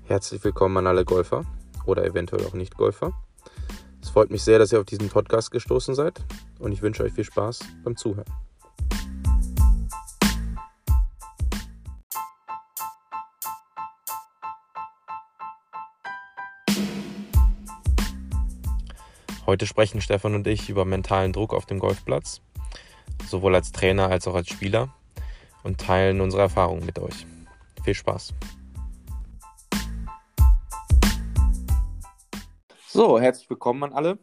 Herzlich willkommen an alle Golfer oder eventuell auch Nicht-Golfer. Es freut mich sehr, dass ihr auf diesen Podcast gestoßen seid und ich wünsche euch viel Spaß beim Zuhören. Heute sprechen Stefan und ich über mentalen Druck auf dem Golfplatz, sowohl als Trainer als auch als Spieler, und teilen unsere Erfahrungen mit euch. Viel Spaß! So, herzlich willkommen an alle.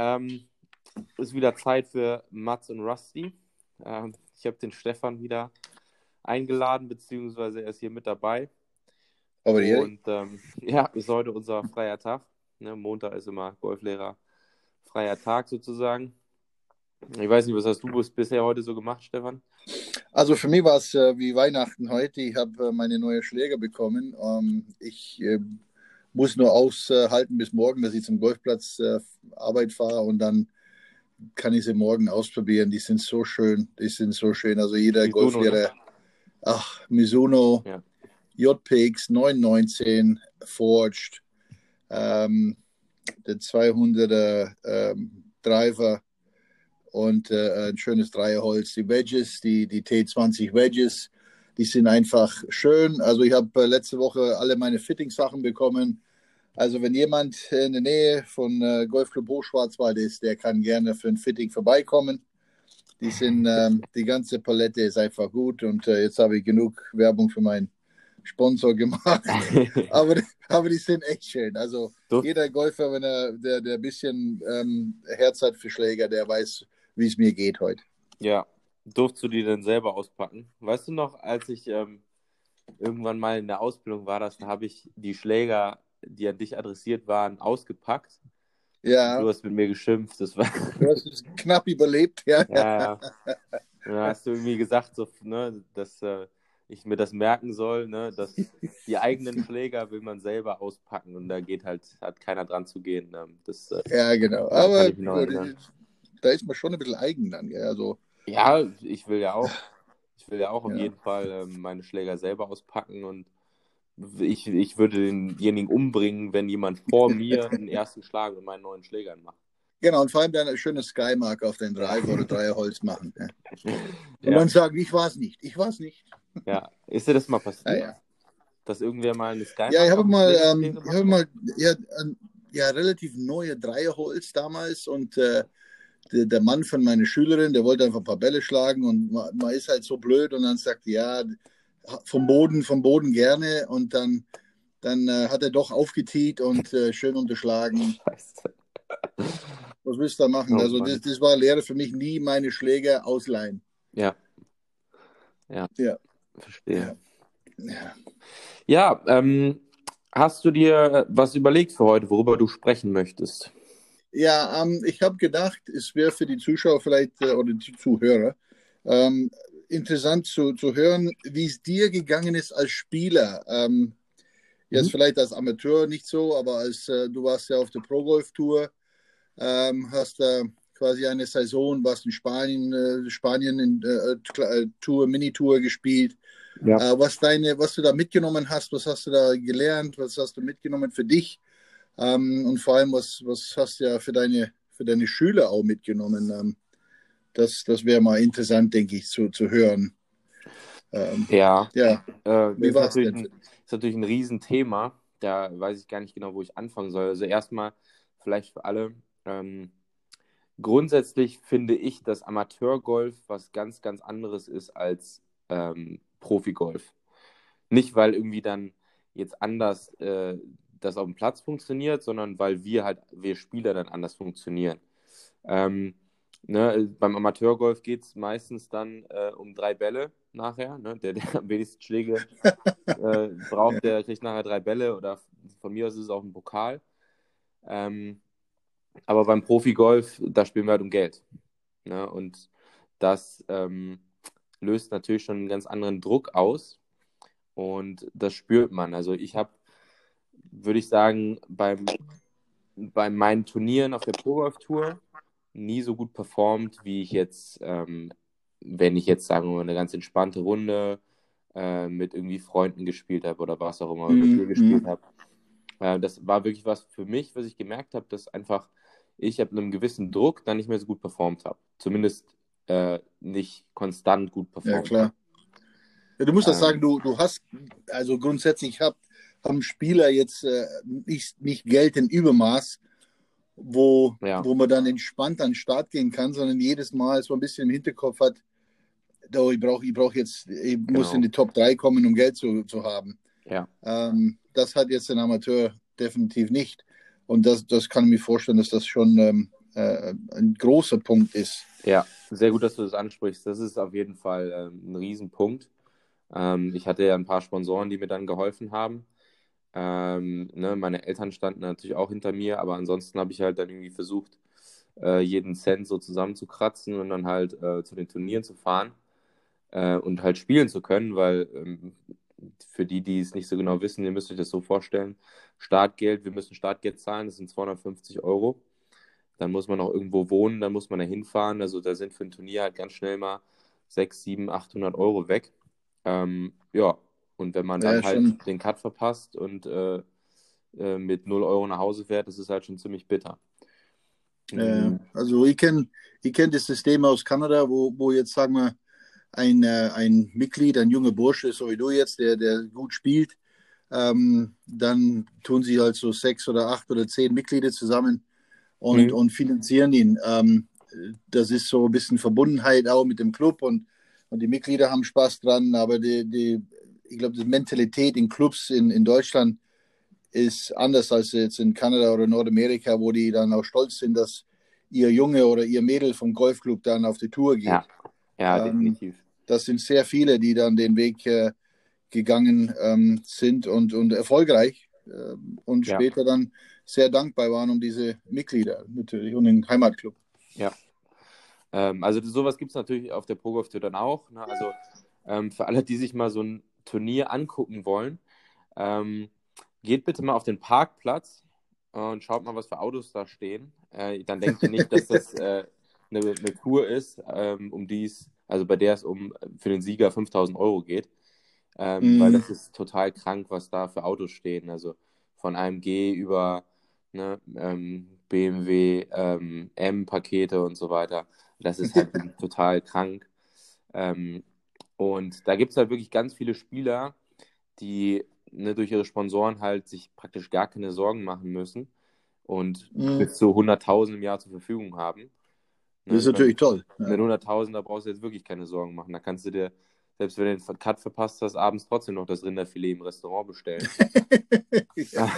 Ist wieder Zeit für Mats und Rusty. Ich habe den Stefan wieder eingeladen, beziehungsweise er ist hier mit dabei. Aber Und ist heute unser freier Tag. Ne, Montag ist immer Golflehrer freier Tag sozusagen. Ich weiß nicht, was hast du bisher heute so gemacht, Stefan? Also für mich war es wie Weihnachten heute. Ich habe meine neuen Schläger bekommen. Ich muss nur aushalten bis morgen, dass ich zum Golfplatz Arbeit fahre und dann kann ich sie morgen ausprobieren. Die sind so schön. Also jeder Mizuno, Golflehrer. Ne? Mizuno, Ja. JPX 919 Forged, der 200er Driver und ein schönes Dreierholz. Die Wedges, die T20 Wedges, die sind einfach schön. Also ich habe letzte Woche alle meine Fitting-Sachen bekommen. Also wenn jemand in der Nähe von Golfclub Hochschwarzwald ist, der kann gerne für ein Fitting vorbeikommen. Die sind, die ganze Palette ist einfach gut und jetzt habe ich genug Werbung für meinen Sponsor gemacht. aber die sind echt schön. Also jeder Golfer, wenn der ein bisschen Herz hat für Schläger, der weiß, wie es mir geht heute. Ja, durftest du die denn selber auspacken? Weißt du noch, als ich irgendwann mal in der Ausbildung war, da habe ich die Schläger, die an dich adressiert waren, ausgepackt. Ja. Du hast mit mir geschimpft. Du hast es knapp überlebt, ja. Ja. Dann hast du irgendwie gesagt, so, ne, dass ich mir das merken soll, ne, dass die eigenen Schläger will man selber auspacken und da hat keiner dran zu gehen. Ja, genau. Aber da ist man schon ein bisschen eigen dann, gell? Also, ja, ich will ja auch auf jeden Fall meine Schläger selber auspacken und ich würde denjenigen umbringen, wenn jemand vor mir den ersten Schlag mit meinen neuen Schlägern macht. Genau, und vor allem dann eine schöne Skymark auf den Driver oder Dreierholz machen. Ja. Und dann sagen, ich war es nicht. Ja, ist dir das mal passiert? Ja. Dass irgendwer mal eine Skymark Ja, ich habe mal relativ neue Dreierholz damals und der Mann von meiner Schülerin, der wollte einfach ein paar Bälle schlagen und man ist halt so blöd und dann sagt, ja, vom Boden gerne und dann hat er doch aufgetiet und schön unterschlagen. Scheiße. Was willst du da machen? Also das war Lehre für mich, nie meine Schläger ausleihen. Ja. Verstehe. Ja, hast du dir was überlegt für heute, worüber du sprechen möchtest? Ja, ich habe gedacht, es wäre für die Zuschauer vielleicht oder die Zuhörer interessant zu hören, wie es dir gegangen ist als Spieler. Jetzt vielleicht als Amateur nicht so, aber du warst ja auf der Pro-Golf-Tour, hast quasi eine Saison, warst in Spanien in Mini-Tour gespielt. Ja. Was du da mitgenommen hast, was hast du da gelernt, was hast du mitgenommen für dich? Und vor allem, was hast du ja für deine Schüler auch mitgenommen? Das wäre mal interessant, denke ich, zu hören. Wie war es denn? Ist natürlich ein Riesenthema. Da weiß ich gar nicht genau, wo ich anfangen soll. Also erstmal vielleicht für alle. Grundsätzlich finde ich, dass Amateurgolf was ganz, ganz anderes ist als Profigolf. Nicht, weil irgendwie dann jetzt anders das auf dem Platz funktioniert, sondern weil wir Spieler dann anders funktionieren. Beim Amateurgolf geht es meistens dann um 3 Bälle nachher. Ne? Der am wenigsten Schläge braucht, der kriegt nachher 3 Bälle oder von mir aus ist es auch ein Pokal. Aber beim Profigolf, da spielen wir halt um Geld. Ne? Und das löst natürlich schon einen ganz anderen Druck aus. Und das spürt man. Also ich habe, würde ich sagen, bei meinen Turnieren auf der Pro-Golf-Tour nie so gut performt, wie ich jetzt, wenn ich jetzt, sagen wir mal, eine ganz entspannte Runde mit irgendwie Freunden gespielt habe oder was auch immer, mit dir gespielt habe. Das war wirklich was für mich, was ich gemerkt habe, dass einfach ich ab einem gewissen Druck dann nicht mehr so gut performt habe. Zumindest nicht konstant gut Ja, performt habe. klar. Ja, du musst das sagen, du hast, also grundsätzlich haben Spieler jetzt nicht Geld in Übermaß, Ja, wo man dann entspannt an den Start gehen kann, sondern jedes Mal so ein bisschen im Hinterkopf hat, oh, ich muss in genau. die Top 3 kommen, um Geld zu haben. Ja. Das hat jetzt ein Amateur definitiv nicht. Und das kann ich mir vorstellen, dass das schon ein großer Punkt ist. Ja, sehr gut, dass du das ansprichst. Das ist auf jeden Fall ein Riesenpunkt. Ich hatte ja ein paar Sponsoren, die mir dann geholfen haben. Ne, meine Eltern standen natürlich auch hinter mir, aber ansonsten habe ich halt dann irgendwie versucht, jeden Cent so zusammenzukratzen und dann halt zu den Turnieren zu fahren und halt spielen zu können, weil für die, die es nicht so genau wissen, ihr müsst euch das so vorstellen, wir müssen Startgeld zahlen, das sind 250 Euro. Dann muss man auch irgendwo wohnen, dann muss man da hinfahren. Also da sind für ein Turnier halt ganz schnell mal 6, 7, 800 Euro weg. Ja, und wenn man Ja, dann halt schon. den Cut verpasst und mit 0 Euro nach Hause fährt, das ist halt schon ziemlich bitter. Mhm. Also ich kenn das System aus Kanada, wo jetzt, sagen wir, ein Mitglied, ein junger Bursche, so wie du jetzt, der gut spielt, dann tun sie halt so 6 oder 8 oder 10 Mitglieder zusammen Mhm. und finanzieren ihn. Das ist so ein bisschen Verbundenheit auch mit dem Club und die Mitglieder haben Spaß dran, aber ich glaube, die Mentalität in Clubs in Deutschland ist anders als jetzt in Kanada oder Nordamerika, wo die dann auch stolz sind, dass ihr Junge oder ihr Mädel vom Golfclub dann auf die Tour Ja, geht. ja, definitiv. Das sind sehr viele, die dann den Weg gegangen sind und erfolgreich und Ja, später dann sehr dankbar waren um diese Mitglieder natürlich und den Heimatclub. ja. Also sowas gibt es natürlich auf der Pro Golf Tour dann auch. Ne? Also für alle, die sich mal so ein Turnier angucken wollen, ähm, geht bitte mal auf den Parkplatz und schaut mal, was für Autos da stehen. Dann denkt ihr nicht, dass das eine Tour ist, also bei der es für den Sieger 5.000 Euro geht. Weil Mm, das ist total krank, was da für Autos stehen. Also von AMG über ne, BMW, M-Pakete und so weiter. Das ist halt wirklich total krank. Ähm, und da gibt es halt wirklich ganz viele Spieler, die ne, durch ihre Sponsoren halt sich praktisch gar keine Sorgen machen müssen und mm. bis zu 100.000 im Jahr zur Verfügung haben. Das ist Ne, natürlich toll. mit Ja. 100.000, da brauchst du jetzt wirklich keine Sorgen machen. Da kannst du dir, selbst wenn du den Cut verpasst hast, abends trotzdem noch das Rinderfilet im Restaurant bestellen. Ja.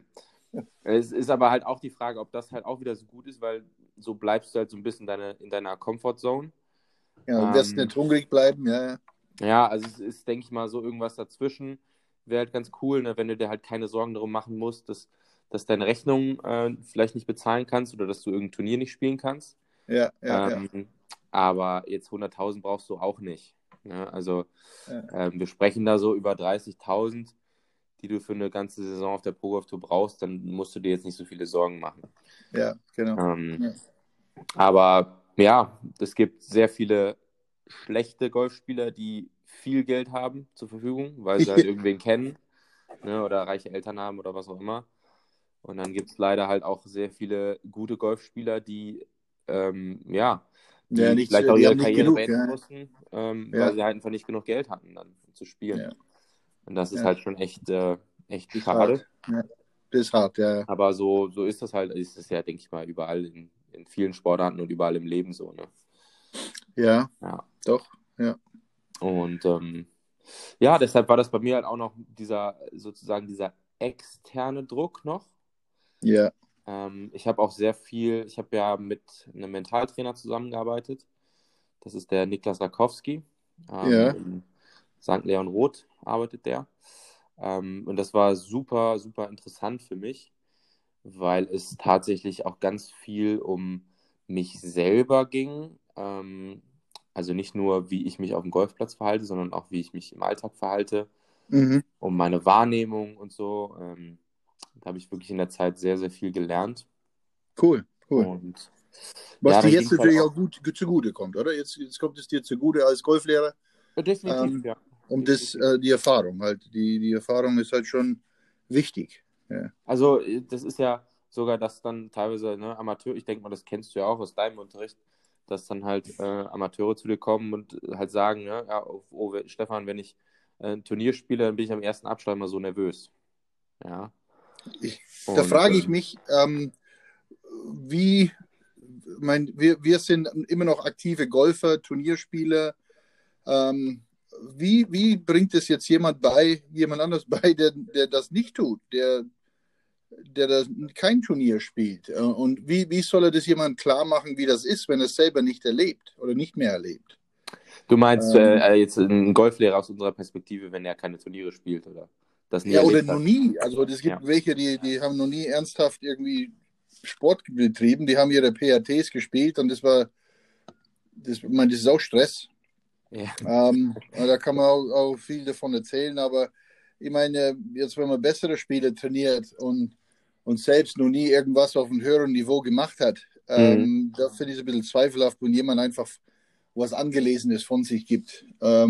Es ist aber halt auch die Frage, ob das halt auch wieder so gut ist, weil so bleibst du halt so ein bisschen in deiner Comfortzone. Ja, du wirst Ähm, nicht hungrig bleiben, ja. ja, also es ist, denke ich mal, so irgendwas dazwischen. Wäre halt ganz cool, ne, wenn du dir halt keine Sorgen darum machen musst, dass deine Rechnung vielleicht nicht bezahlen kannst oder dass du irgendein Turnier nicht spielen kannst. Ja, ja, ja, Ähm, aber jetzt 100.000 brauchst du auch nicht. Ne? Also ja, wir sprechen da so über 30.000, die du für eine ganze Saison auf der Pro Golf Tour brauchst, dann musst du dir jetzt nicht so viele Sorgen machen. ja, genau. Ähm, Ja. aber ja, es gibt sehr viele schlechte Golfspieler, die viel Geld haben zur Verfügung, weil sie halt irgendwen kennen, ne, oder reiche Eltern haben oder was auch immer. Und dann gibt es leider halt auch sehr viele gute Golfspieler, ja, Ja, die vielleicht auch die ihre haben nicht Karriere genug. beenden Ja, mussten, weil ja, sie halt einfach nicht genug Geld hatten, dann um zu spielen. ja, Und das ist ja. halt schon echt Ist schade. hart. Ja, das ist hart, ja. Aber so ist das halt, ist es ja, denke ich mal, überall in vielen Sportarten und überall im Leben so, ne? Ja, Ja. doch. Ja, Und ja, deshalb war das bei mir halt auch noch dieser externe Druck noch. ja, Ich habe ja mit einem Mentaltrainer zusammengearbeitet. Das ist der Niklas Rakowski. ja. In St. Leon Roth arbeitet der. Und das war super, super interessant für mich, weil es tatsächlich auch ganz viel um mich selber ging. Also nicht nur, wie ich mich auf dem Golfplatz verhalte, sondern auch, wie ich mich im Alltag verhalte, Mhm. um meine Wahrnehmung und so. Da habe ich wirklich in der Zeit sehr, sehr viel gelernt. Cool, cool. Und Was ja, dir dann ging jetzt es halt natürlich auch auch gut zugute kommt, oder? Jetzt kommt es dir zugute als Golflehrer. definitiv, Ähm, ja. um das, die Erfahrung halt. Die Erfahrung ist halt schon wichtig. Ja. Also, das ist ja sogar, dass dann teilweise, ne, Amateur, ich denke mal, das kennst du ja auch aus deinem Unterricht, dass dann halt Amateure zu dir kommen und halt sagen, ne, ja, oh, Stefan, wenn ich ein Turnier spiele, dann bin ich am ersten Abschlag mal so nervös. Ja. Ich, da Und frage ich mich, wie, wir sind immer noch aktive Golfer, Turnierspieler. Ähm, wie bringt es jetzt jemand anders bei, der das nicht tut, der das kein Turnier spielt? Und wie soll er das jemand klar machen, wie das ist, wenn er es selber nicht erlebt oder nicht mehr erlebt? du meinst Ähm, jetzt ein Golflehrer aus unserer Perspektive, wenn er keine Turniere spielt oder das nie ja, oder erlebt noch hat? nie. Also es Ja. gibt welche, die haben noch nie ernsthaft irgendwie Sport betrieben, die haben ihre PATs gespielt und ich meine, das ist auch Stress. Ja. Da kann man auch viel davon erzählen, aber ich meine, jetzt, wenn man bessere Spiele trainiert und selbst noch nie irgendwas auf einem höheren Niveau gemacht hat, Mhm. da finde ich es ein bisschen zweifelhaft, wenn jemand einfach was Angelesenes von sich gibt.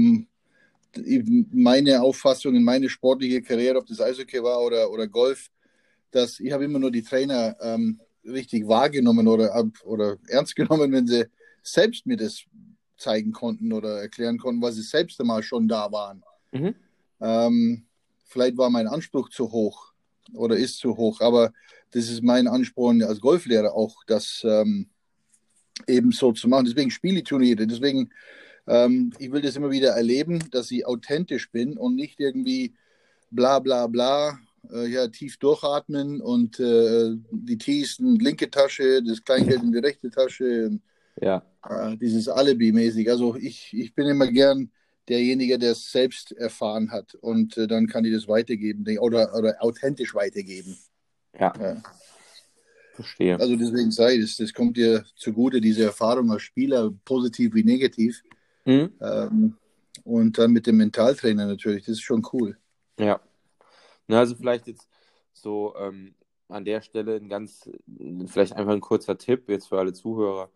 Meine Auffassung in meine sportliche Karriere, ob das Eishockey war oder Golf, dass ich habe immer nur die Trainer richtig wahrgenommen oder ernst genommen, wenn sie selbst mir das zeigen konnten oder erklären konnten, weil sie selbst einmal schon da waren. Mhm. Ähm, Vielleicht war mein Anspruch zu hoch oder ist zu hoch, aber das ist mein Anspruch als Golflehrer auch, das eben so zu machen. Deswegen spiele ich Turniere, deswegen ich will das immer wieder erleben, dass ich authentisch bin und nicht irgendwie bla bla bla, ja, tief durchatmen und die Tees in die linke Tasche, das Kleingeld in die rechte Tasche, und, Ja. dieses Alibi-mäßig. Also ich bin immer gern derjenige, der es selbst erfahren hat und dann kann ich das weitergeben oder authentisch weitergeben. Ja, Ja. verstehe. Also deswegen sei es, das kommt dir zugute, diese Erfahrung als Spieler, positiv wie negativ. Mhm. Ähm, und dann mit dem Mentaltrainer natürlich, das ist schon cool. Ja. Na, also vielleicht jetzt so an der Stelle vielleicht einfach ein kurzer Tipp jetzt für alle Zuhörer.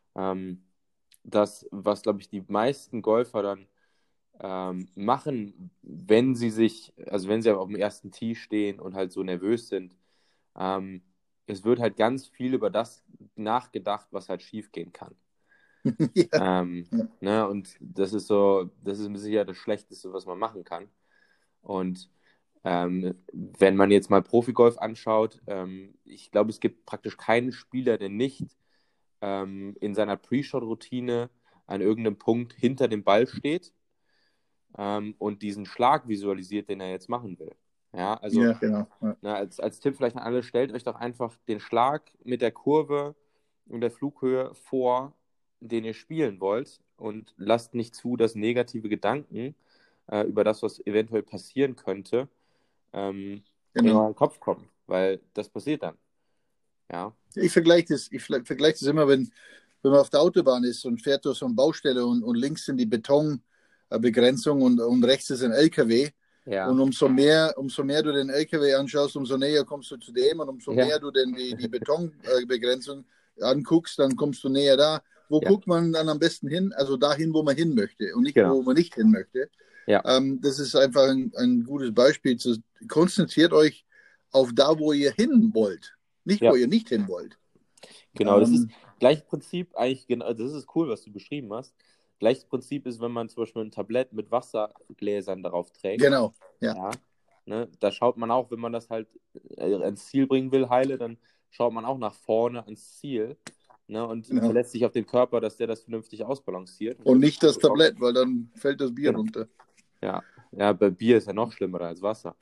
Das, was, glaube ich, die meisten Golfer dann machen, also wenn sie auf dem ersten Tee stehen und halt so nervös sind, ähm, es wird halt ganz viel über das nachgedacht, was halt schief gehen kann. Ja, Ähm, ja, ne, und das ist mit Sicherheit das Schlechteste, was man machen kann. Und wenn man jetzt mal Profigolf anschaut, ich glaube, es gibt praktisch keinen Spieler, der nicht in seiner Pre-Shot-Routine an irgendeinem Punkt hinter dem Ball steht und diesen Schlag visualisiert, den er jetzt machen will. Ja, also ja, genau. Ja. als Tipp vielleicht an alle, stellt euch doch einfach den Schlag mit der Kurve und der Flughöhe vor, den ihr spielen wollt und lasst nicht zu, dass negative Gedanken über das, was eventuell passieren könnte, in Genau. euren Kopf kommen, weil das passiert dann. Ja, Ich vergleiche das immer, wenn man auf der Autobahn ist und fährt durch so eine Baustelle und links sind die Betonbegrenzung und rechts ist ein LKW. Und ja, umso mehr du den LKW anschaust, umso näher kommst du zu dem und umso ja, mehr du denn die Betonbegrenzung anguckst, dann kommst du näher da. Wo ja, guckt man dann am besten hin? Also dahin, wo man hin möchte und nicht, genau. wo man nicht hin möchte. Ja, Das ist einfach ein gutes Beispiel. Konzentriert euch auf da, wo ihr hin wollt, nicht wo ja, ihr nicht hin wollt. genau. Das ist Ähm, gleiches Prinzip eigentlich, genau, das ist cool, was du beschrieben hast. Gleiches Prinzip ist, wenn man zum Beispiel ein Tablett mit Wassergläsern darauf trägt. genau, ja, Ja, ne, da schaut man auch, wenn man das halt ans Ziel bringen will, heile, dann schaut man auch nach vorne ans Ziel, ne, und genau. verlässt sich auf den Körper, dass der das vernünftig ausbalanciert. Und Und das ist nicht das auch, Tablett, weil dann fällt das Bier genau. runter. Ja, ja, bei Bier ist ja noch schlimmer als Wasser.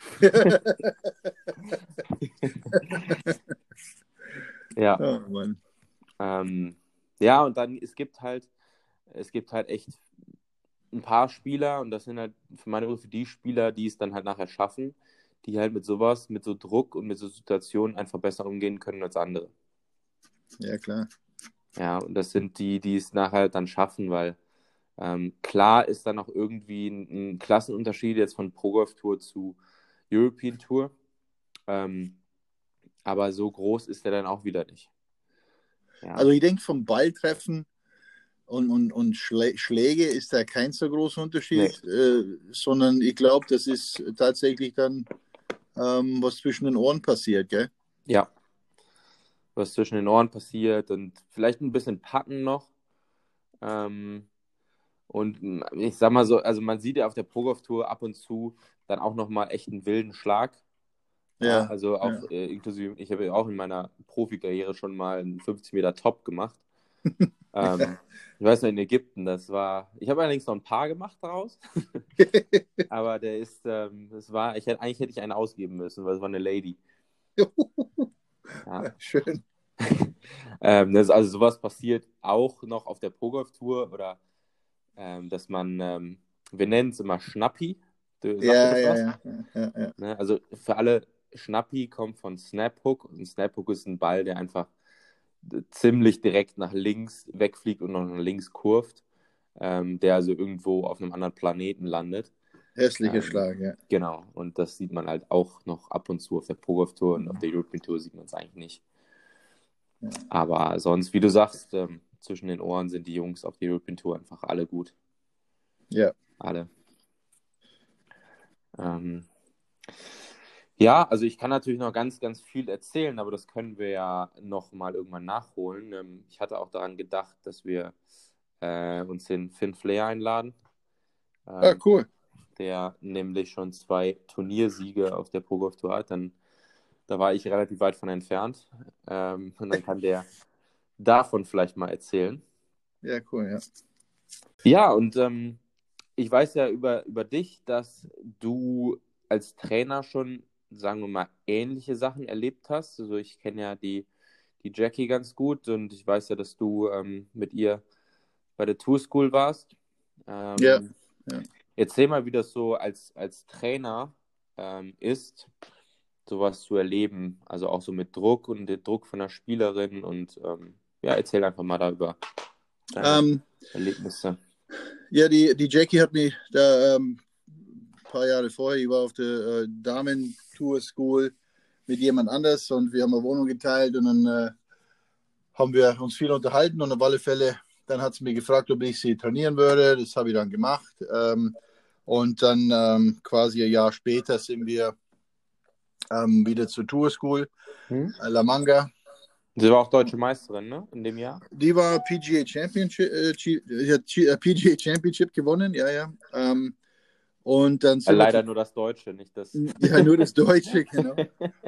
Ja, Oh, Mann. ähm, ja, und dann, es gibt halt echt ein paar Spieler, und das sind halt für meine Begriffe die Spieler, die es dann halt nachher schaffen, die halt mit sowas, mit so Druck und mit so Situationen einfach besser umgehen können als andere. Ja, klar. Ja, und das sind die, die es nachher dann schaffen, weil klar ist dann auch irgendwie ein Klassenunterschied jetzt von Pro Golf Tour zu European Tour, ähm, aber so groß ist der dann auch wieder nicht. Ja, Also ich denke vom Balltreffen und Schläge ist da kein so großer Nee. Unterschied, sondern ich glaube, das ist tatsächlich dann was zwischen den Ohren passiert, gell? Ja, was zwischen den Ohren passiert und vielleicht ein bisschen packen noch. Ähm, und ich sag mal so, also man sieht ja auf der Pro-Golf-Tour ab und zu dann auch nochmal echt einen wilden Schlag. Ja, Ja, also auch ja. inklusive, ich habe ja auch in meiner Profikarriere schon mal einen 50 Meter Top gemacht. Ich weiß noch, in Ägypten, ich habe allerdings noch ein paar gemacht daraus, aber eigentlich hätte ich einen ausgeben müssen, weil es war eine Lady. Ja. Schön. Also sowas passiert auch noch auf der Pro-Golf-Tour oder dass wir nennen es immer Schnappi. Sagt dir Ja, das ja, was? ja, ja, ja. Ne? Also für alle, Schnappi kommt von Snap-Hook und Snap-Hook ist ein Ball, der einfach ziemlich direkt nach links wegfliegt und noch nach links kurvt, der also irgendwo auf einem anderen Planeten landet. Hässlicher Ähm, Schlag, ja. genau, und das sieht man halt auch noch ab und zu auf der Pro-Golf-Tour und auf der European Tour sieht man es eigentlich nicht. Ja. Aber sonst, wie du sagst, zwischen den Ohren sind die Jungs auf der European Tour einfach alle gut. Ja. Alle. Ähm, ja, also ich kann natürlich noch ganz, ganz viel erzählen, aber das können wir ja noch mal irgendwann nachholen. Ich hatte auch daran gedacht, dass wir uns den Finn Flair einladen, Ah, cool. der nämlich schon 2 Turniersiege auf der Pro Golf Tour hat. Da war ich relativ weit von entfernt. Und dann kann der davon vielleicht mal erzählen. Ja, cool, ja. Ja, und ich weiß ja über dich, dass du als Trainer schon, sagen wir mal, ähnliche Sachen erlebt hast. Also ich kenne ja die Jackie ganz gut und ich weiß ja, dass du mit ihr bei der Tour School warst. Ja, Ähm, ja. Erzähl mal, wie das so als Trainer ist, sowas zu erleben. Also auch so mit Druck und dem Druck von der Spielerin und ja, erzähl einfach mal darüber deine Ähm, Erlebnisse. ja, die Jackie hat mich da ein paar Jahre vorher, ich war auf der Damen-Tour School mit jemand anders und wir haben eine Wohnung geteilt und dann haben wir uns viel unterhalten und auf alle Fälle, dann hat sie mir gefragt, ob ich sie trainieren würde. Das habe ich dann gemacht. Und dann quasi ein Jahr später sind wir wieder zur Tour School, Hm? La Manga. Sie war auch deutsche Meisterin, ne? In dem Jahr. Die war PGA Championship, PGA Championship gewonnen, ja, ja. Und dann sind wir Leider nur das Deutsche, nicht das. ja, nur das Deutsche, genau.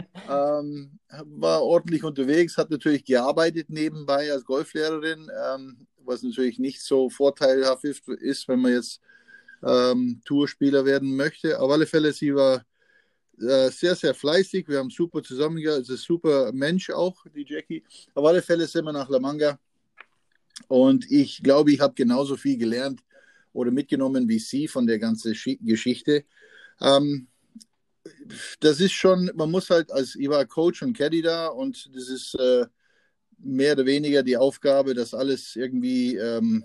War ordentlich unterwegs, hat natürlich gearbeitet nebenbei als Golflehrerin, was natürlich nicht so vorteilhaft ist, wenn man jetzt Tourspieler werden möchte. Auf alle Fälle, sie war sehr, sehr fleißig. Wir haben super zusammengearbeitet, ist ein super Mensch auch, die Jackie. Auf alle Fälle sind wir nach La Manga und ich glaube, ich habe genauso viel gelernt oder mitgenommen wie sie von der ganzen Geschichte. Ähm, Das ist schon, man muss halt, ich war Coach und Caddy da und das ist mehr oder weniger die Aufgabe, das alles irgendwie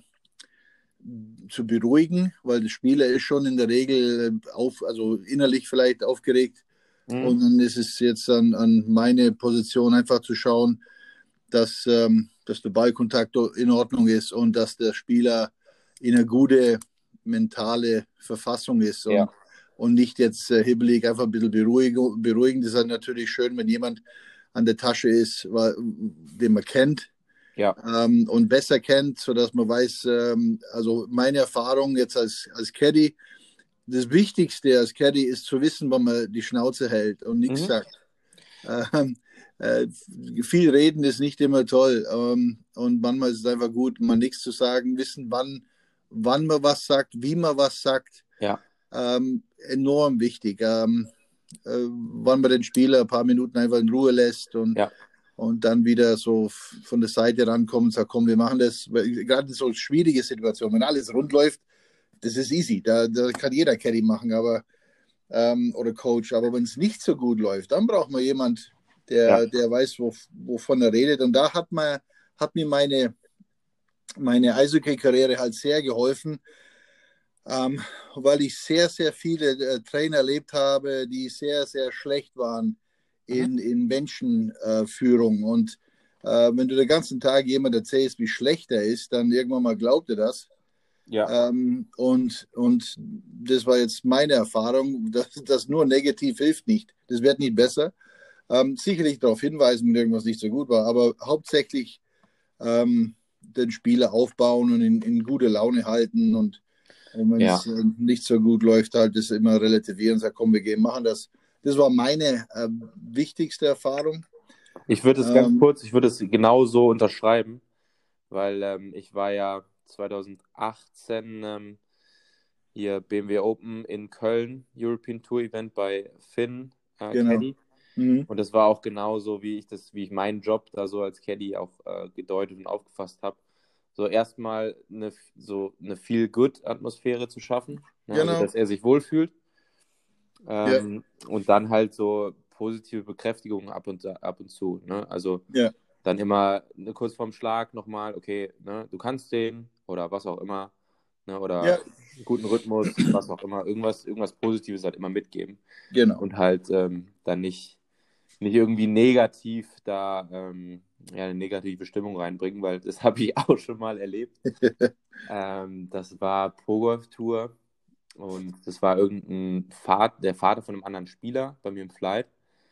zu beruhigen, weil der Spieler ist schon in der Regel also innerlich vielleicht aufgeregt. Mhm. Und dann ist es jetzt an meine Position einfach zu schauen, dass der Ballkontakt in Ordnung ist und dass der Spieler in eine gute mentale Verfassung ist Ja. und nicht jetzt hibbelig, einfach ein bisschen beruhigen. Das ist halt natürlich schön, wenn jemand an der Tasche ist, den man kennt Ja. und besser kennt, sodass man weiß, also meine Erfahrung jetzt als Caddy, das Wichtigste als Caddy ist zu wissen, wann man die Schnauze hält und nichts Mhm. sagt. Äh, viel reden ist nicht immer toll und manchmal ist es einfach gut, mal nichts zu sagen, wissen, wann man was sagt, wie man was sagt, Ja. enorm wichtig. Wann man den Spieler ein paar Minuten einfach in Ruhe lässt Ja. und dann wieder so von der Seite rankommen und sagt, komm, wir machen das. Gerade in so schwierige Situationen, wenn alles rund läuft, das ist easy, da kann jeder Caddy machen, aber oder Coach, aber wenn es nicht so gut läuft, dann braucht man jemand, Ja. der weiß, wovon er redet. Und da hat mir meine Eishockey-Karriere halt sehr geholfen, weil ich sehr, sehr viele Trainer erlebt habe, die sehr, sehr schlecht waren Mhm. in Menschenführung. Und Wenn du den ganzen Tag jemand erzählst, wie schlecht er ist, dann irgendwann mal glaubt er das. Ja, Und das war jetzt meine Erfahrung, dass das nur negativ hilft nicht. Das wird nicht besser. Sicherlich darauf hinweisen, wenn irgendwas nicht so gut war, aber hauptsächlich den Spieler aufbauen und in gute Laune halten und wenn ja. es nicht so gut läuft, halt das immer relativieren und sagen, komm, wir gehen, machen das. Das war meine wichtigste Erfahrung. Ich würde es ganz Ähm, kurz, ich würde es genau so unterschreiben, weil ich war ja 2018 hier BMW Open in Köln, European Tour Event bei Finn genau. Caddy. Mhm. Und das war auch genauso, wie ich meinen Job da so als Caddy auch gedeutet und aufgefasst habe. So erstmal so eine Feel-Good-Atmosphäre zu schaffen, ne? Also Genau. dass er sich wohlfühlt. Ja, Und dann halt so positive Bekäftigungen ab und zu. Ne? Also ja, dann immer kurz vorm Schlag nochmal, okay, ne, du kannst den oder was auch immer, ne, oder ja, einen guten Rhythmus, was auch immer, irgendwas Positives halt immer mitgeben genau. und halt dann nicht irgendwie negativ da ja, eine negative Stimmung reinbringen, weil das habe ich auch schon mal erlebt. Das war Pro Golf Tour und das war der Vater von einem anderen Spieler bei mir im Flight.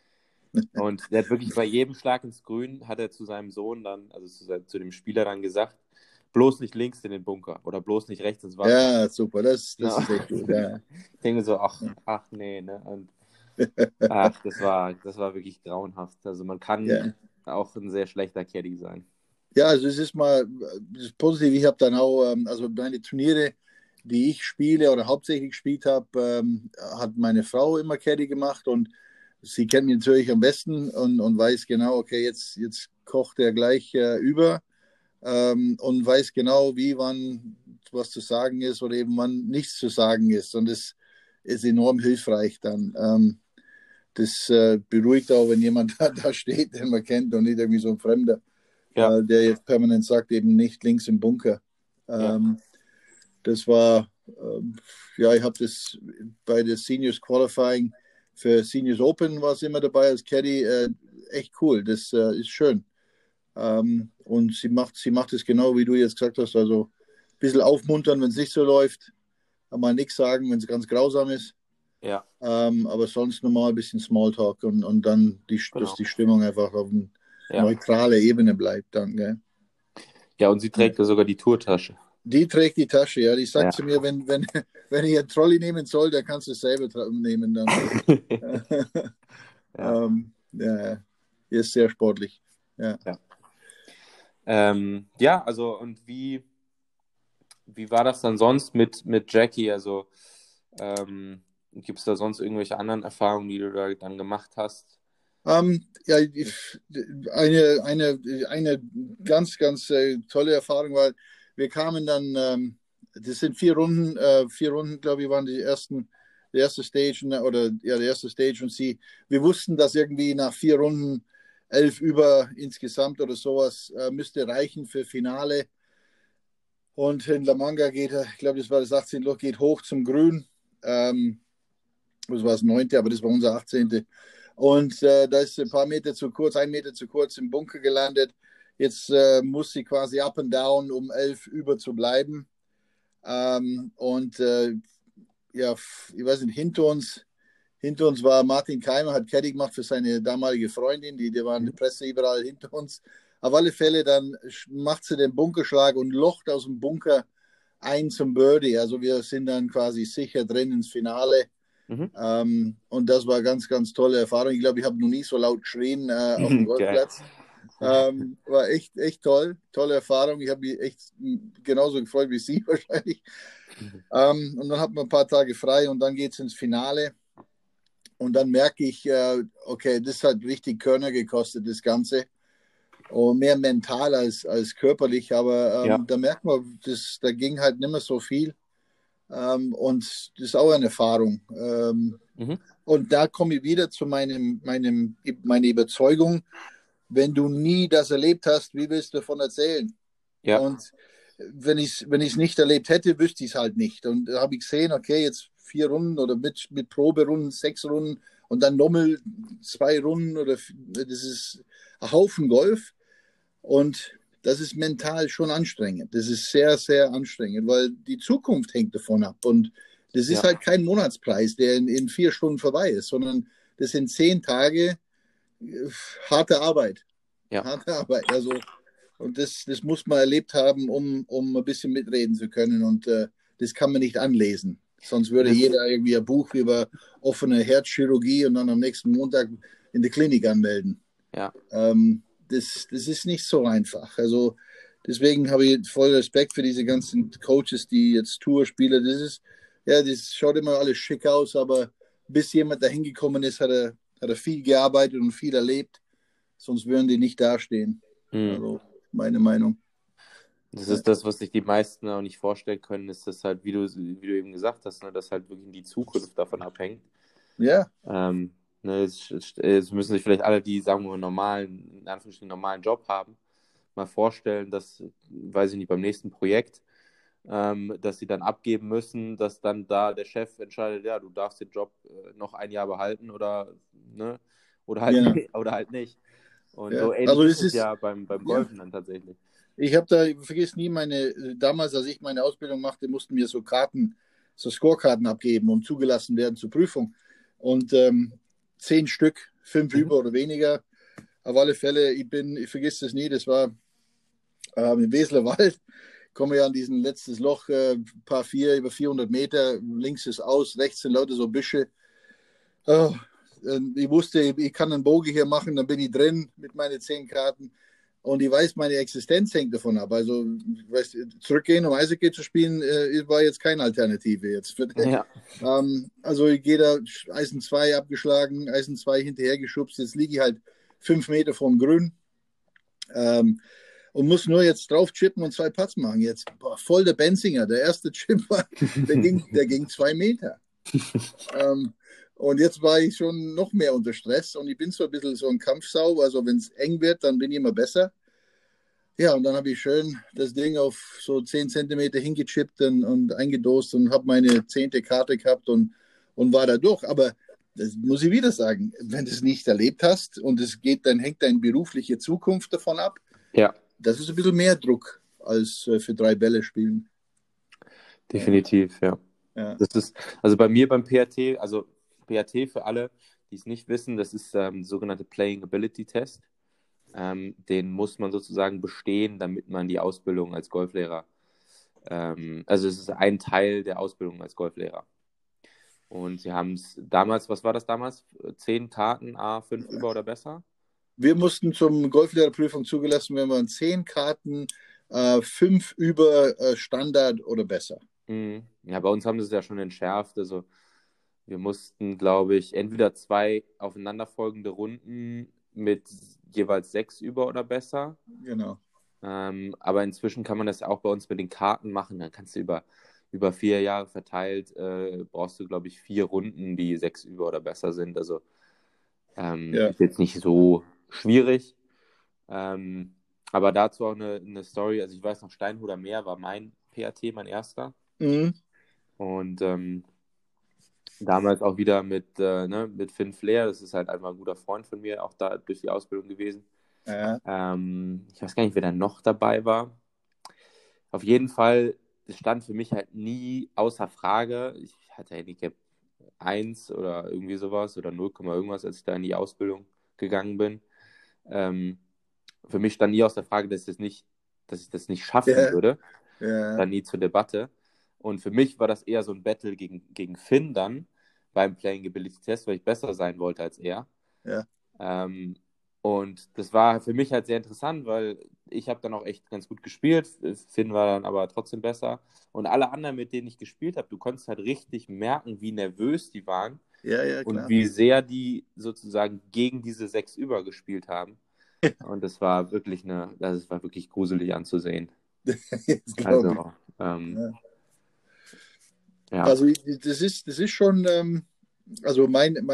Und der hat wirklich bei jedem Schlag ins Grün, hat er zu seinem Sohn dann, also zu dem Spieler dann gesagt, bloß nicht links in den Bunker oder bloß nicht rechts ins Wasser. Ja, super, das Ne? ist echt gut. Ja. Ich denke so, ach nee, ne? Und das war wirklich grauenhaft. Also man kann Ja. auch ein sehr schlechter Caddy sein. Ja, also es ist mal das ist positiv. Ich habe dann auch, also meine Turniere, die ich spiele oder hauptsächlich gespielt habe, hat meine Frau immer Caddy gemacht und sie kennt mich natürlich am besten und weiß genau, okay, jetzt kocht er gleich über und weiß genau, wie, wann was zu sagen ist oder eben wann nichts zu sagen ist. Und das ist enorm hilfreich dann. Das beruhigt auch, wenn jemand da steht, den man kennt und nicht irgendwie so ein Fremder, Ja, der jetzt permanent sagt, eben nicht links im Bunker. ja. Ähm, das war, ja, ich habe das bei der Seniors Qualifying für Seniors Open war es immer dabei als Caddy. Echt cool, das ist schön. Und sie macht es genau, wie du jetzt gesagt hast, also ein bisschen aufmuntern, wenn es nicht so läuft, mal nichts sagen, wenn es ganz grausam ist. Ja, Aber sonst normal ein bisschen Smalltalk und dann, dass genau. die Stimmung einfach auf eine Ja. neutrale Ebene bleibt dann. Gell? Ja, und sie Ja. trägt ja sogar die Tourtasche. Die trägt die Tasche, ja. Die sagt Ja. zu mir, wenn ich einen Trolley nehmen soll, dann kannst du es selber nehmen dann. Ja, Ja, die ist sehr sportlich. Ja. ja. Ja, also und wie war das dann sonst mit Jackie? Also gibt es da sonst irgendwelche anderen Erfahrungen, die du da dann gemacht hast? Ja, eine ganz, ganz tolle Erfahrung, weil wir kamen dann, das sind 4 Runden, glaube ich, waren die erste Stage oder ja, der erste Stage und wir wussten, dass irgendwie nach 4 Runden 11 über insgesamt oder sowas müsste reichen für Finale. Und in La Manga geht er, ich glaube, das war das 18. Loch, geht hoch zum Grün. Ähm, das war das 9., aber das war unser 18. Und da ist ein paar Meter zu kurz, 1 Meter zu kurz im Bunker gelandet. Jetzt muss sie quasi up and down, um 11 über zu bleiben. Und ja, ich weiß nicht, hinter uns war Martin Keimer, hat Caddy gemacht für seine damalige Freundin, die waren in der Mhm. Presse überall hinter uns. Auf alle Fälle, dann macht sie den Bunkerschlag und locht aus dem Bunker ein zum Birdie. Also wir sind dann quasi sicher drin ins Finale. Mhm. Und das war ganz, ganz tolle Erfahrung. Ich glaube, ich habe noch nie so laut geschrien auf dem Geil. Golfplatz. War echt, echt toll. Tolle Erfahrung. Ich habe mich echt genauso gefreut wie Sie wahrscheinlich. Und dann hat man ein paar Tage frei und dann geht es ins Finale. Und dann merke ich, okay, das hat richtig Körner gekostet, das Ganze. Und mehr mental als körperlich. Aber Ja. da merkt man, da ging halt nicht mehr so viel. Und das ist auch eine Erfahrung. Mhm. Und da komme ich wieder zu meine Überzeugung, wenn du nie das erlebt hast, wie willst du davon erzählen? Ja. Und wenn ich es nicht erlebt hätte, wüsste ich es halt nicht. Und da habe ich gesehen, okay, jetzt 4 Runden oder mit Proberunden 6 Runden und dann nochmal 2 Runden das ist ein Haufen Golf. Und das ist mental schon anstrengend. Das ist sehr, sehr anstrengend, weil die Zukunft hängt davon ab. Und das ist Ja, halt kein Monatspreis, der in 4 Stunden vorbei ist, sondern das sind 10 Tage harte Arbeit. ja. Harte Arbeit. Also, und das muss man erlebt haben, um ein bisschen mitreden zu können. Und das kann man nicht anlesen. Sonst würde Das, jeder irgendwie ein Buch über offene Herzchirurgie und dann am nächsten Montag in der Klinik anmelden. ja. Das ist nicht so einfach. Also deswegen habe ich voll Respekt für diese ganzen Coaches, die jetzt Tour spielen. Das schaut immer alles schick aus, aber bis jemand dahin gekommen ist, hat er viel gearbeitet und viel erlebt. Sonst würden die nicht dastehen. Mhm. Also meine Meinung. Das Ja, ist das, was sich die meisten auch nicht vorstellen können, ist das halt, wie du eben gesagt hast, ne, dass halt wirklich die Zukunft davon abhängt. ja, Ne, es müssen sich vielleicht alle, die, sagen wir mal, in Anführungsstrichen normalen Job haben, mal vorstellen, dass, weiß ich nicht, beim nächsten Projekt, dass sie dann abgeben müssen, dass dann da der Chef entscheidet, ja, du darfst den Job noch ein Jahr behalten ne, oder halt, genau. oder halt nicht. Und Ja. so ähnlich Also ist das es ist, ja beim ja, Golfen dann tatsächlich. ich habe da, ich vergiss nie damals, als ich meine Ausbildung machte, mussten wir so Karten, so Scorekarten abgeben, um zugelassen werden zur Prüfung. Und 10 Stück, 5 Mhm. über oder weniger. Auf alle Fälle, ich vergiss das nie, das war im Weseler Wald, komme ja an diesen letztes Loch, Paar 4, über 400 Meter, links ist aus, rechts sind lauter so Büsche. Oh, ich wusste, ich kann einen Bogen hier machen, dann bin ich drin mit meinen 10 Karten. Und ich weiß, meine Existenz hängt davon ab. Also, weißt, zurückgehen, um Eishockey zu spielen, war jetzt keine Alternative jetzt. Ja, Also, ich gehe da Eisen 2 abgeschlagen, Eisen 2 hinterhergeschubst. Jetzt liege ich halt 5 Meter vom Grün und muss nur jetzt drauf chippen und 2 Putts machen. Jetzt voll der Benzinger. Der erste Chip war, der ging 2 Meter. Ähm, und jetzt war ich schon noch mehr unter Stress und ich bin so ein bisschen so ein Kampfsau. Also wenn es eng wird, dann bin ich immer besser. Ja, und dann habe ich schön das Ding auf so 10 Zentimeter hingechippt und eingedost und habe meine 10. Karte gehabt und war da durch. Aber das muss ich wieder sagen, wenn du es nicht erlebt hast und es geht, dann hängt deine berufliche Zukunft davon ab. ja, Das ist ein bisschen mehr Druck als für 3 Bälle spielen. Ja, definitiv, ja. ja, Das ist, also bei mir beim PAT, also PAT für alle, die es nicht wissen, das ist der sogenannte Playing Ability Test. Den muss man sozusagen bestehen, damit man die Ausbildung als Golflehrer, also es ist ein Teil der Ausbildung als Golflehrer. Und sie haben es damals, was war das damals? 10 Karten, A5 über oder besser? wir mussten zum Golflehrerprüfung zugelassen werden, wir waren 10 Karten, 5 über Standard oder besser. Mhm. Ja, bei uns haben sie es ja schon entschärft. Also wir mussten, glaube ich, entweder 2 aufeinanderfolgende Runden mit jeweils 6 über oder besser. Genau. Aber inzwischen kann man das ja auch bei uns mit den Karten machen. Dann kannst du über 4 Jahre verteilt, brauchst du, glaube ich, 4 Runden, die 6 über oder besser sind. Also Ja. ist jetzt nicht so schwierig. Ähm, aber dazu auch eine Story. Also ich weiß noch, Steinhuder Meer war mein PAT, mein erster. Mhm. Und damals auch wieder mit Finn Flair. Das ist halt einfach ein guter Freund von mir, auch da durch die Ausbildung gewesen. Ja. Ich weiß gar nicht, wer da noch dabei war. Auf jeden Fall stand für mich halt nie außer Frage. Ich hatte Handicap 1 oder irgendwie sowas oder 0, irgendwas, als ich da in die Ausbildung gegangen bin. Ähm, für mich stand nie aus der Frage, dass ich das nicht schaffen Ja. würde. Ja. Stand nie zur Debatte. Und für mich war das eher so ein Battle gegen Finn dann beim Playing Ability Test, weil ich besser sein wollte als er. Ja. Ähm, und das war für mich halt sehr interessant, weil ich habe dann auch echt ganz gut gespielt. Finn war dann aber trotzdem besser. Und alle anderen, mit denen ich gespielt habe, du konntest halt richtig merken, wie nervös die waren Ja, ja, und klar. wie sehr die sozusagen gegen diese 6 übergespielt haben. Und das war wirklich gruselig anzusehen. Das glaube ich. Also, Ja. ja. Also das ist schon, also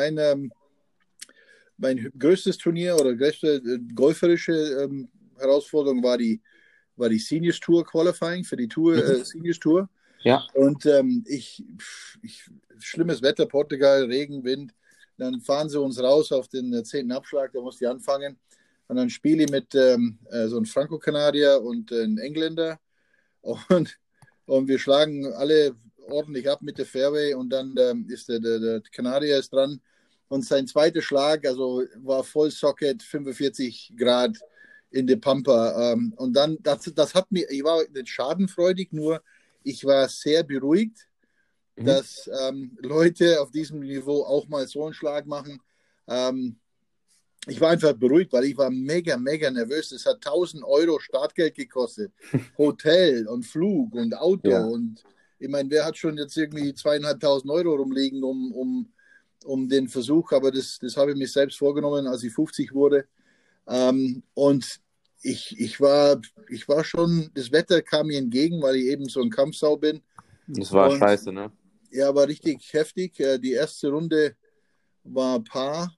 mein größtes Turnier oder größte golferische Herausforderung war die Seniors Tour Qualifying für die Tour, Mhm. Seniors Tour. Ja, Und schlimmes Wetter, Portugal, Regen, Wind. Dann fahren sie uns raus auf den 10. Abschlag, da musste ich anfangen. Und dann spiele ich mit so einem Franco-Kanadier und einem Engländer. Und, und wir schlagen alle ordentlich ab mit der Fairway. Und dann ist der Kanadier ist dran. Und sein zweiter Schlag, also war voll Socket, 45 Grad in der Pampa. Und dann, das hat mir, ich war nicht schadenfreudig, nur ich war sehr beruhigt, dass Leute auf diesem Niveau auch mal so einen Schlag machen. Ich war einfach beruhigt, weil ich war mega, mega nervös. Es hat 1.000 € Startgeld gekostet. Hotel und Flug und Auto. Ja. Und ich meine, wer hat schon jetzt irgendwie 2.500 € rumliegen, um den Versuch? Aber das habe ich mir selbst vorgenommen, als ich 50 wurde. Und ich war schon, das Wetter kam mir entgegen, weil ich eben so ein Kampfsau bin. Das war Und scheiße, ne? ja, war richtig heftig. Die erste Runde war Paar.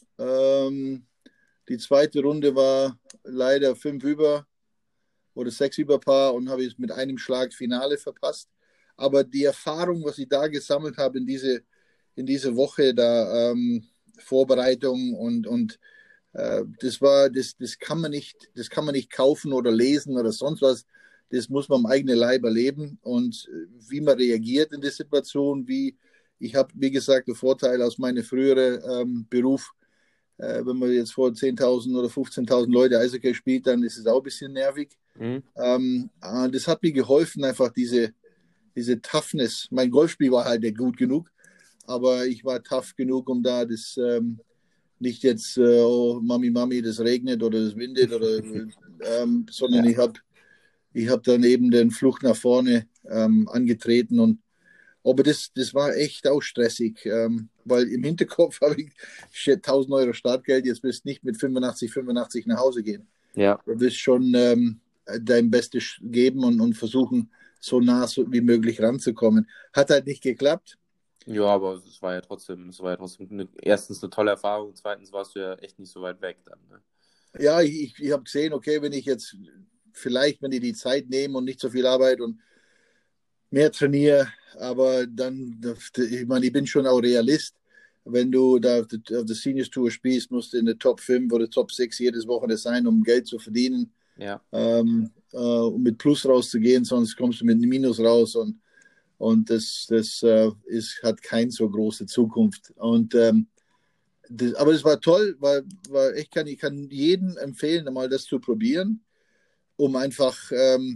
Die zweite Runde war leider 5 über oder 6 über Paar und habe ich mit einem Schlag Finale verpasst. Aber die Erfahrung, was ich da gesammelt habe in diese Woche, da Vorbereitung und das kann man nicht kaufen oder lesen oder sonst was. Das muss man am eigenen Leib erleben und wie man reagiert in der Situation, ich habe, wie gesagt, den Vorteil aus meinem früheren Beruf. Wenn man jetzt vor 10.000 oder 15.000 Leute Eishockey spielt, dann ist es auch ein bisschen nervig. Das hat mir geholfen, einfach diese Toughness. Mein Golfspiel war halt nicht gut genug, aber ich war tough genug, um da das nicht jetzt, oh, Mami, das regnet oder das windet, sondern Ja. ich hab dann eben den Flucht nach vorne angetreten aber das war echt auch stressig, weil im Hinterkopf habe ich 1.000 € Startgeld, jetzt wirst du nicht mit 85 nach Hause gehen. Ja. Du wirst schon dein Bestes geben und versuchen, so nah wie möglich ranzukommen. Hat halt nicht geklappt. Ja, aber es war ja trotzdem erstens eine tolle Erfahrung, zweitens warst du ja echt nicht so weit weg dann, ne? Ja, ich habe gesehen, okay, wenn ich jetzt vielleicht, wenn ich die Zeit nehme und nicht so viel arbeite und mehr trainiere, aber dann, ich meine, ich bin schon auch Realist. Wenn du da auf der Seniors Tour spielst, musst du in der Top 5 oder Top 6 jedes Wochenende sein, um Geld zu verdienen, Ja. um mit Plus rauszugehen, sonst kommst du mit Minus raus und das hat keine so große Zukunft. Aber es war toll, weil ich kann jedem empfehlen, mal das zu probieren, um einfach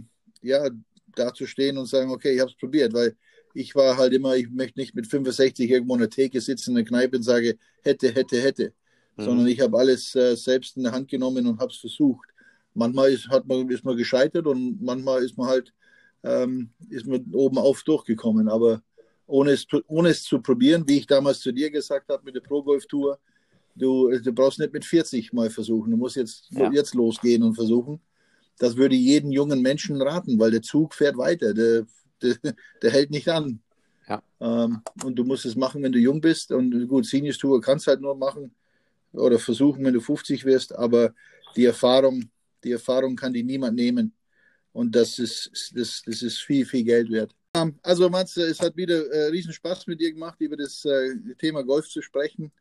dazustehen und sagen, okay, ich habe es probiert, weil ich war halt immer, ich möchte nicht mit 65 irgendwo in der Theke sitzen, in der Kneipe und sage, hätte, sondern ich habe alles selbst in der Hand genommen und habe es versucht. Manchmal ist man gescheitert und manchmal ist man halt ist man oben auf durchgekommen, aber ohne es zu probieren, wie ich damals zu dir gesagt habe mit der Pro-Golf-Tour, du brauchst nicht mit 40 mal versuchen, du musst jetzt losgehen und versuchen. Das würde jeden jungen Menschen raten, weil der Zug fährt weiter, der hält nicht an. Ja. Und du musst es machen, wenn du jung bist. Und gut, Seniors Tour kannst halt nur machen oder versuchen, wenn du 50 wirst, aber die Erfahrung kann dir niemand nehmen. Und das ist viel, viel Geld wert. Also, Mats, es hat wieder riesen Spaß mit dir gemacht, über das Thema Golf zu sprechen.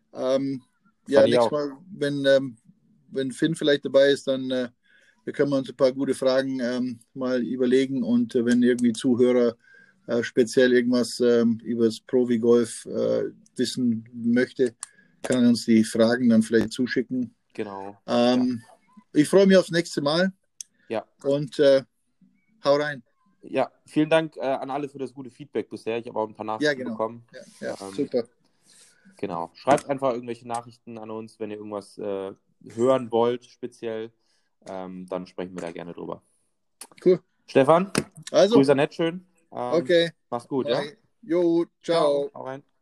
Nächstes Mal, wenn Finn vielleicht dabei ist, dann können wir uns ein paar gute Fragen mal überlegen. Und wenn irgendwie Zuhörer speziell irgendwas über das Profi-Golf wissen möchte, kann er uns die Fragen dann vielleicht zuschicken. Genau. Ich freue mich aufs nächste Mal. Ja. Und hau rein. Ja, vielen Dank an alle für das gute Feedback bisher. Ich habe auch ein paar Nachrichten bekommen. Ja, super. Genau. Schreibt einfach irgendwelche Nachrichten an uns, wenn ihr irgendwas hören wollt, speziell. Dann sprechen wir da gerne drüber. Cool. Stefan, also, Grüße nett schön. Okay. Mach's gut, ja? Jo, ciao. Hau rein.